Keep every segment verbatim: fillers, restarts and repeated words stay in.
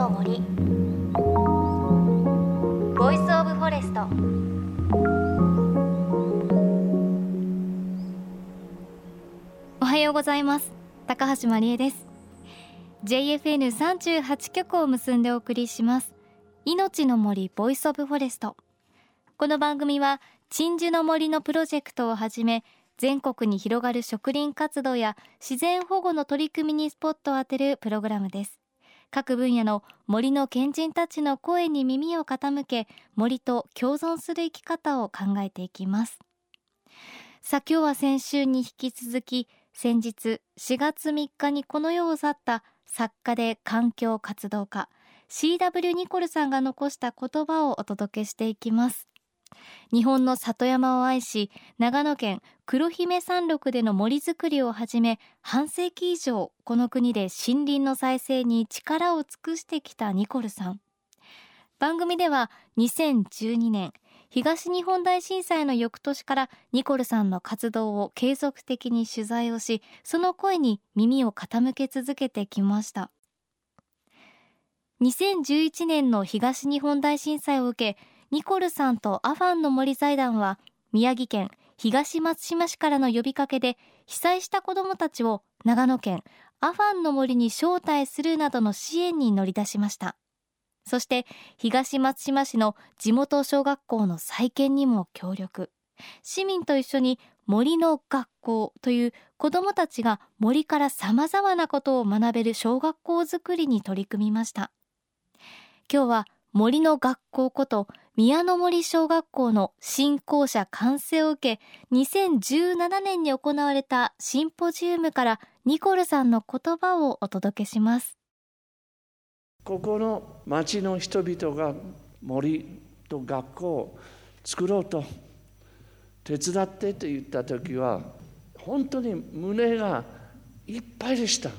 の森、ボイスオブフォレスト。おはようございます。高橋真理恵です。 ジェイエフエヌさんじゅうはち 局を結んでお送りします命の森ボイスオブフォレスト。この番組は鎮守の森のプロジェクトをはじめ、全国に広がる植林活動や自然保護の取り組みにスポットを当てるプログラムです。各分野の森の賢人たちの声に耳を傾け、森と共存する生き方を考えていきます。さあ、今日は先週に引き続き、先日しがつみっかにこの世を去った作家で環境活動家 シーダブリュー ニコルさんが残した言葉をお届けしていきます。日本の里山を愛し、長野県黒姫山麓での森づくりをはじめ、半世紀以上この国で森林の再生に力を尽くしてきたニコルさん。番組ではにせんじゅうにねん東日本大震災の翌年からニコルさんの活動を継続的に取材をし、その声に耳を傾け続けてきました。にせんじゅういちねんの東日本大震災を受け、ニコルさんとアファンの森財団は宮城県東松島市からの呼びかけで、被災した子どもたちを長野県アファンの森に招待するなどの支援に乗り出しました。そして東松島市の地元小学校の再建にも協力。市民と一緒に森の学校という子どもたちが森からさまざまなことを学べる小学校づくりに取り組みました。今日は森の学校こと宮の森小学校の新校舎完成を受け、にせんじゅうななねんに行われたシンポジウムからニコルさんの言葉をお届けします。 ここの町の人々が森と学校を作ろうと手伝ってと言った時は、本当に胸がいっぱいでした。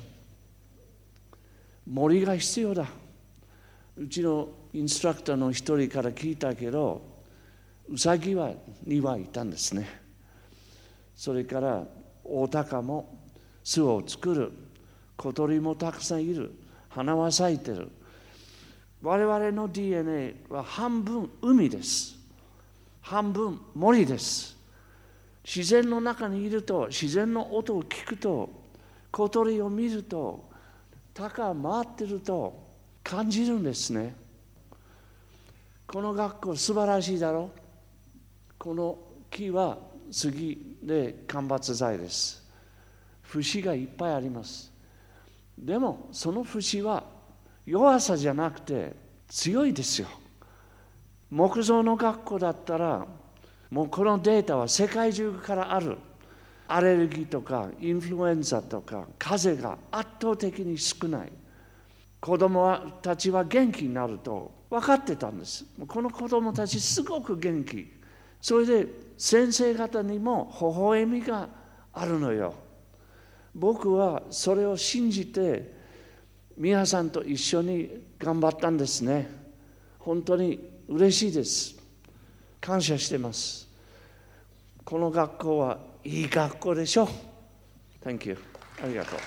森が必要だ。うちのインストラクターの一人から聞いたけど、ウサギはに羽いたんですね。それからオオタカも巣を作る、小鳥もたくさんいる、花は咲いてる。我々の ディーエヌエー は半分海です。半分森です。自然の中にいると、自然の音を聞くと、小鳥を見ると、鷹回ってると感じるんですね。この学校素晴らしいだろう。この木は杉で間伐材です。節がいっぱいあります。でもその節は弱さじゃなくて強いですよ。木造の学校だったら、もうこのデータは世界中からある。アレルギーとかインフルエンザとか風邪が圧倒的に少ない。子供たちは元気になると分かってたんです。この子供たちすごく元気。それで先生方にも微笑みがあるのよ。僕はそれを信じて皆さんと一緒に頑張ったんですね。本当に嬉しいです。感謝してます。この学校はいい学校でしょ。 Thank you。 ありがとう。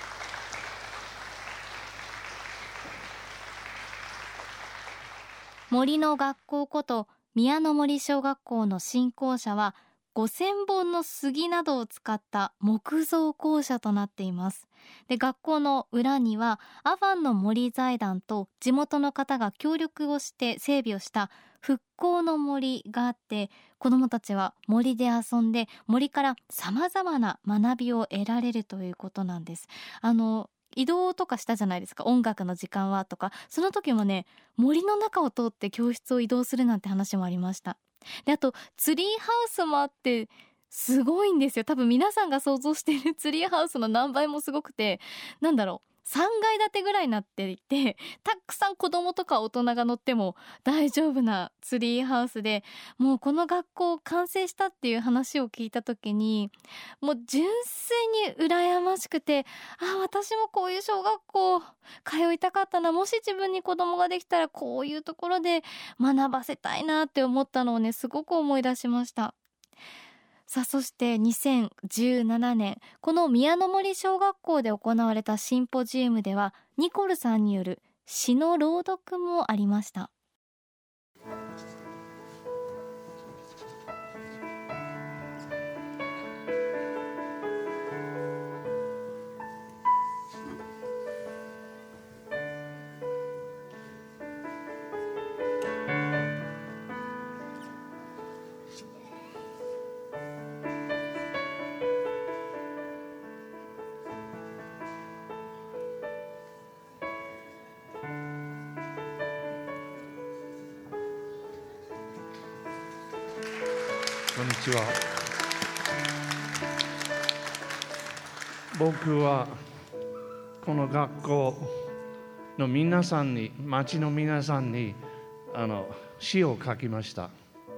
森の学校こと宮の森小学校の新校舎はごせんぼんの杉などを使った木造校舎となっています。で、学校の裏にはアファンの森財団と地元の方が協力をして整備をした復興の森があって、子どもたちは森で遊んで森からさまざまな学びを得られるということなんです。あの移動とかしたじゃないですか、音楽の時間はとか。その時もね、森の中を通って教室を移動するなんて話もありました。で、あとツリーハウスもあってすごいんですよ。多分皆さんが想像しているツリーハウスの何倍もすごくて、なんだろう、さんがい建てぐらいになっていて、たくさん子供とか大人が乗っても大丈夫なツリーハウスで、もうこの学校完成したっていう話を聞いた時に、もう純粋に羨ましくて、あ、私もこういう小学校通いたかったな、もし自分に子供ができたらこういうところで学ばせたいなって思ったのをね、すごく思い出しました。さあ、そしてにせんじゅうななねん、この宮の森小学校で行われたシンポジウムでは、ニコルさんによる詩の朗読もありました。 こんにちは。僕はこの学校の皆さんに、町の皆さんにあの詩を書きました。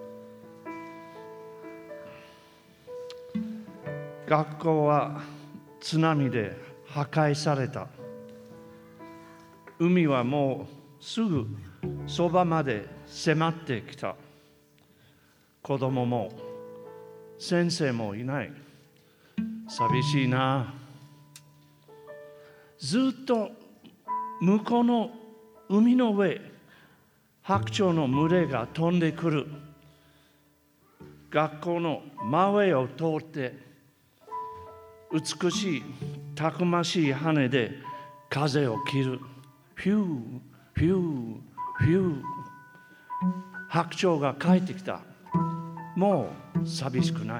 学校は津波で破壊された。海はもうすぐそばまで迫ってきた。子供も先生もいない。寂しいな。ずっと向こうの海の上、白鳥の群れが飛んでくる。学校の真上を通って美しいたくましい羽で風を切る。フューフューフュー。白鳥が帰ってきた。もう寂しくない。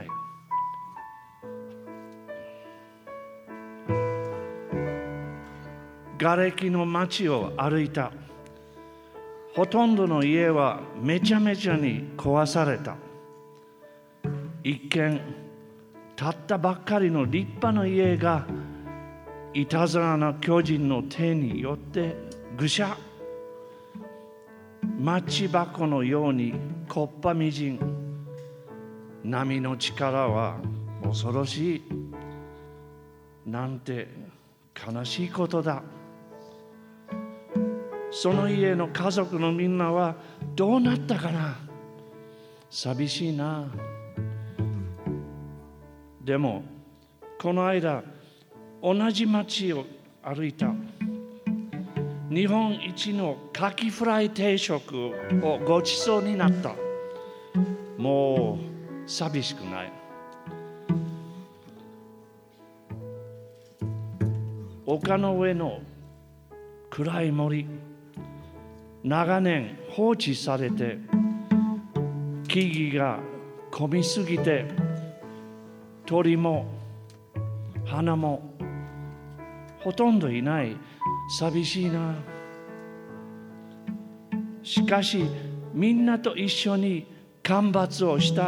瓦礫の街を歩いた。ほとんどの家はめちゃめちゃに壊された。一見建ったばっかりの立派な家がいたずらな巨人の手によってぐしゃ。マッチ箱のようにこっぱみじん。波の力は恐ろしい。なんて悲しいことだ。その家の家族のみんなはどうなったかな。寂しいな。でもこの間同じ町を歩いた。日本一のカキフライ定食をごちそうになった。もう寂しくない。丘の上の暗い森、長年放置されて木々が混みすぎて鳥も花もほとんどいない。寂しいな。しかしみんなと一緒に間伐をした。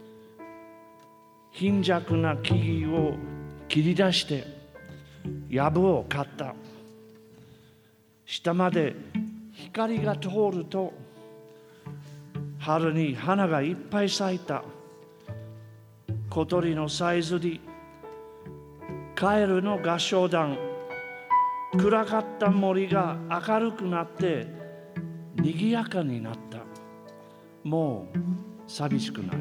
貧弱な木々を切り出して藪を刈った。下まで光が通ると春に花がいっぱい咲いた。小鳥のさえずり、カエルの合唱団、暗かった森が明るくなって賑やかになった。もう寂しくない。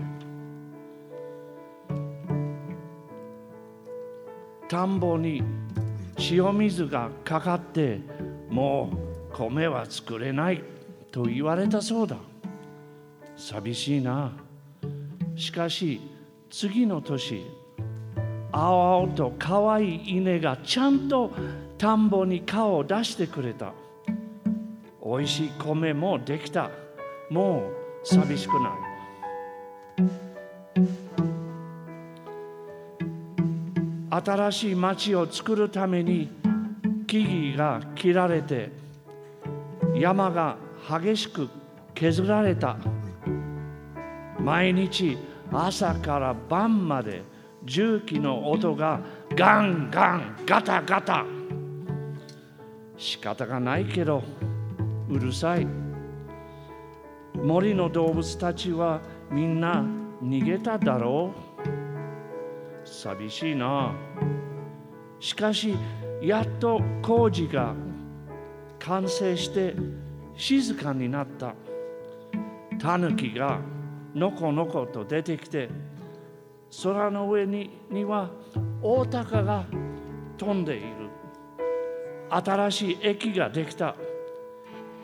田んぼに塩水がかかってもう米は作れないと言われたそうだ。寂しいな。しかし次の年、青々と可愛い稲がちゃんと田んぼに顔を出してくれた。おいしい米もできた。もう寂しくない。新しい町を作るために木々が切られて山が激しく削られた。毎日朝から晩まで重機の音がガンガンガタガタ。仕方がないけどうるさい。森の動物たちはみんな逃げただろう。寂しいな。しかしやっと工事が完成して静かになった。タヌキがのこのこと出てきて、空の上 に, にはオオタカが飛んでいる。新しい駅ができた。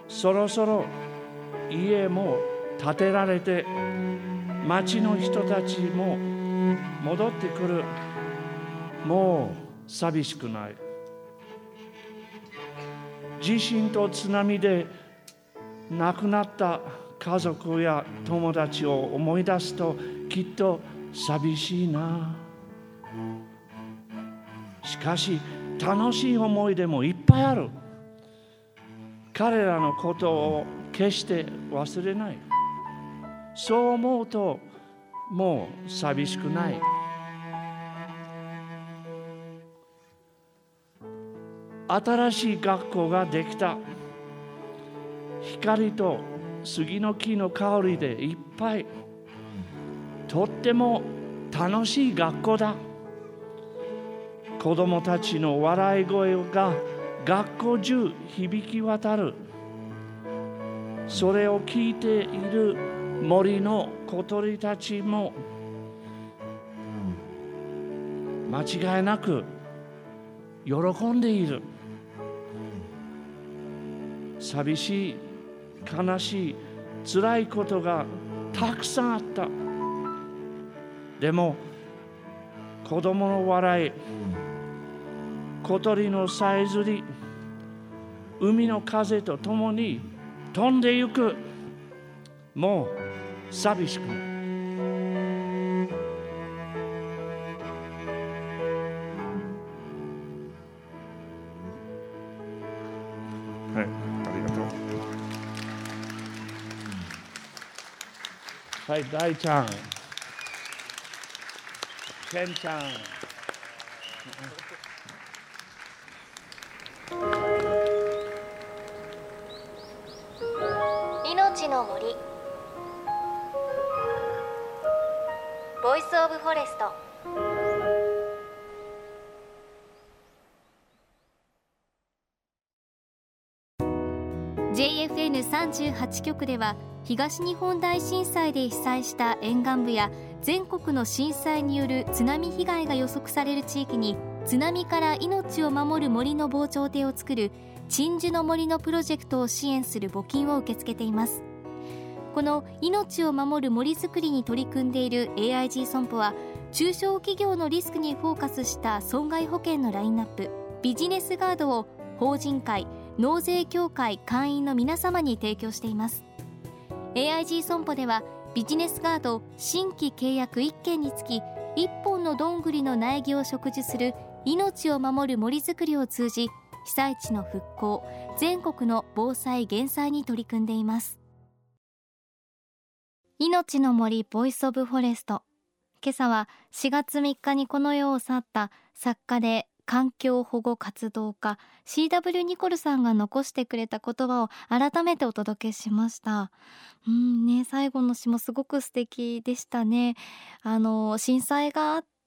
そろそろ家も建てられて、町の人たちも戻ってくる。もう寂しくない。地震と津波で亡くなった家族や友達を思い出すときっと寂しいな。しかし楽しい思い出もいっぱいある。彼らのことを決して忘れない。そう思うともう寂しくない。新しい学校ができた。光と杉の木の香りでいっぱい。とっても楽しい学校だ。子供たちの笑い声が学校中響き渡る。それを聞いている森の小鳥たちも間違いなく喜んでいる。寂しい、悲しい、辛いことがたくさんあった。でも子供の笑い、小鳥のさえずり、海の風とともに飛んでゆく。もう寂しくない。はい、ありがとう。はい、大ちゃん、ケンちゃん。 命の森ボイスオブフォレスト。ジェイエフエヌさんじゅうはち 局では東日本大震災で被災した沿岸部や全国の震災による津波被害が予測される地域に津波から命を守る森の防潮堤を作る鎮守の森のプロジェクトを支援する募金を受け付けています。この命を守る森づくりに取り組んでいる エーアイジー 損保は中小企業のリスクにフォーカスした損害保険のラインナップビジネスガードを法人会、納税協会会員の皆様に提供しています。 エーアイジー 損保ではビジネスガード新規契約いっけんにつきいっぽんのどんぐりの苗木を植樹する命を守る森づくりを通じ被災地の復興、全国の防災減災に取り組んでいます。命の森ボイスオブフォレスト。今朝はしがつみっかにこの世を去った作家で環境保護活動家 シーダブリュー ニコルさんが残してくれた言葉を改めてお届けしました。うんね、最後の詩もすごく素敵でしたね。あの震災があって、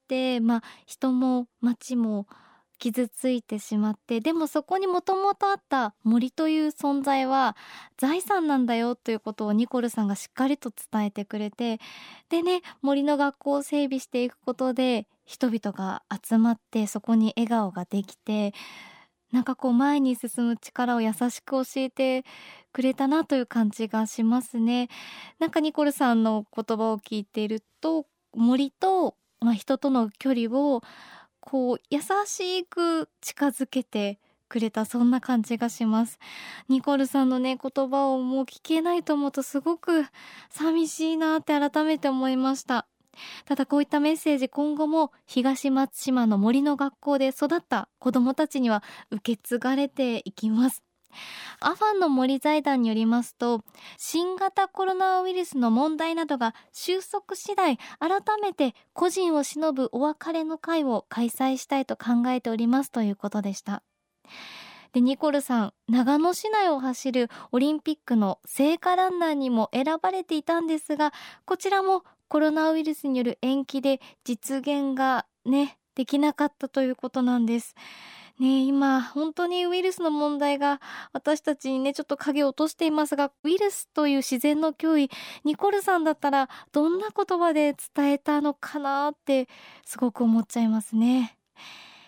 まあ、人も町も傷ついてしまって、でもそこにもともとあった森という存在は財産なんだよということをニコルさんがしっかりと伝えてくれて、でね、森の学校を整備していくことで人々が集まってそこに笑顔ができて、なんかこう前に進む力を優しく教えてくれたなという感じがしますね。なんかニコルさんの言葉を聞いていると、森と、まあ、人との距離をこう優しく近づけてくれた、そんな感じがします。ニコルさんのね言葉をもう聞けないと思うとすごく寂しいなって改めて思いました。ただこういったメッセージ今後も東松島の森の学校で育った子どもたちには受け継がれていきます。アファンの森財団によりますと、新型コロナウイルスの問題などが収束次第、改めて故人を偲ぶお別れの会を開催したいと考えておりますということでした。でニコルさん、長野市内を走るオリンピックの聖火ランナーにも選ばれていたんですが、こちらもコロナウイルスによる延期で実現がねできなかったということなんですね。今本当にウイルスの問題が私たちにねちょっと影を落としていますが、ウイルスという自然の脅威、ニコルさんだったらどんな言葉で伝えたのかなってすごく思っちゃいますね。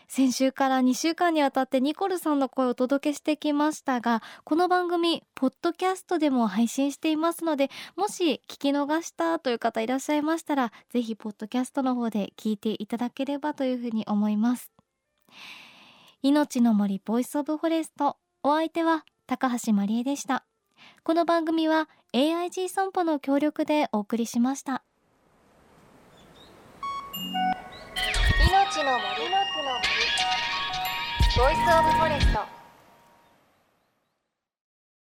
先週からにしゅうかんにわたってニコルさんの声をお届けしてきましたが、この番組ポッドキャストでも配信していますので、もし聞き逃したという方いらっしゃいましたら、ぜひポッドキャストの方で聞いていただければというふうに思います。命の森ボイスオブフォレスト、お相手は高橋まりえでした。この番組は エーアイジー 損保の協力でお送りしました。命の森ボイスオブフォレスト。